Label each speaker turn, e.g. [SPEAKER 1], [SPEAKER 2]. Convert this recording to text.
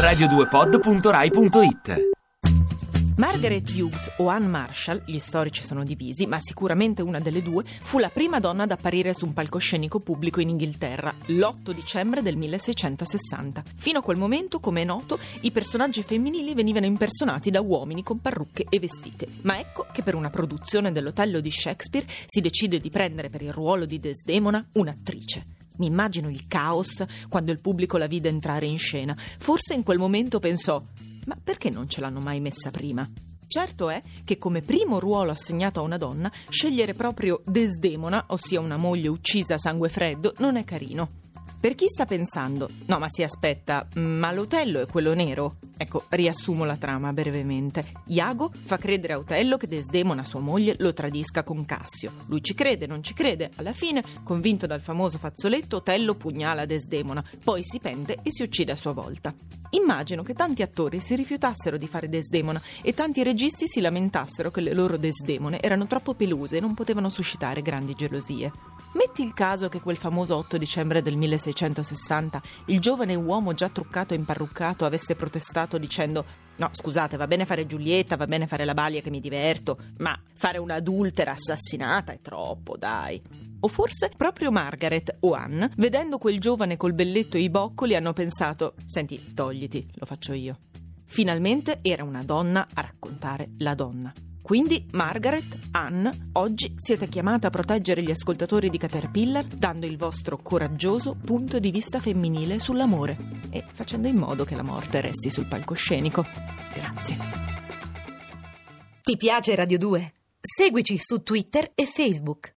[SPEAKER 1] radio2pod.rai.it.
[SPEAKER 2] Margaret Hughes o Anne Marshall, gli storici sono divisi, ma sicuramente una delle due, fu la prima donna ad apparire su un palcoscenico pubblico in Inghilterra l'8 dicembre del 1660. Fino a quel momento, come è noto, i personaggi femminili venivano impersonati da uomini con parrucche e vestite. Ma ecco che per una produzione dell'Otello di Shakespeare si decide di prendere per il ruolo di Desdemona un'attrice. Mi immagino il caos quando il pubblico la vide entrare in scena. Forse in quel momento pensò: ma perché non ce l'hanno mai messa prima? Certo è che come primo ruolo assegnato a una donna, scegliere proprio Desdemona, ossia una moglie uccisa a sangue freddo, non è carino. Per chi sta pensando: no, ma si aspetta, ma l'Otello è quello nero? Ecco, riassumo la trama brevemente. Iago fa credere a Otello che Desdemona, sua moglie, lo tradisca con Cassio. Lui ci crede, non ci crede. Alla fine, convinto dal famoso fazzoletto, Otello pugnala Desdemona, poi si pente e si uccide a sua volta. Immagino che tanti attori si rifiutassero di fare Desdemona e tanti registi si lamentassero che le loro Desdemone erano troppo peluse e non potevano suscitare grandi gelosie. Metti il caso che quel famoso 8 dicembre del 1660 il giovane uomo già truccato e imparruccato avesse protestato dicendo: no, scusate, va bene fare Giulietta, va bene fare la Balia che mi diverto, ma fare un'adultera assassinata è troppo, dai. O forse proprio Margaret o Anne, vedendo quel giovane col belletto e i boccoli, hanno pensato: senti, togliti, lo faccio io. Finalmente era una donna a raccontare la donna. Quindi, Margaret, Anne, oggi siete chiamate a proteggere gli ascoltatori di Caterpillar dando il vostro coraggioso punto di vista femminile sull'amore e facendo in modo che la morte resti sul palcoscenico. Grazie.
[SPEAKER 3] Ti piace Radio 2? Seguici su Twitter e Facebook.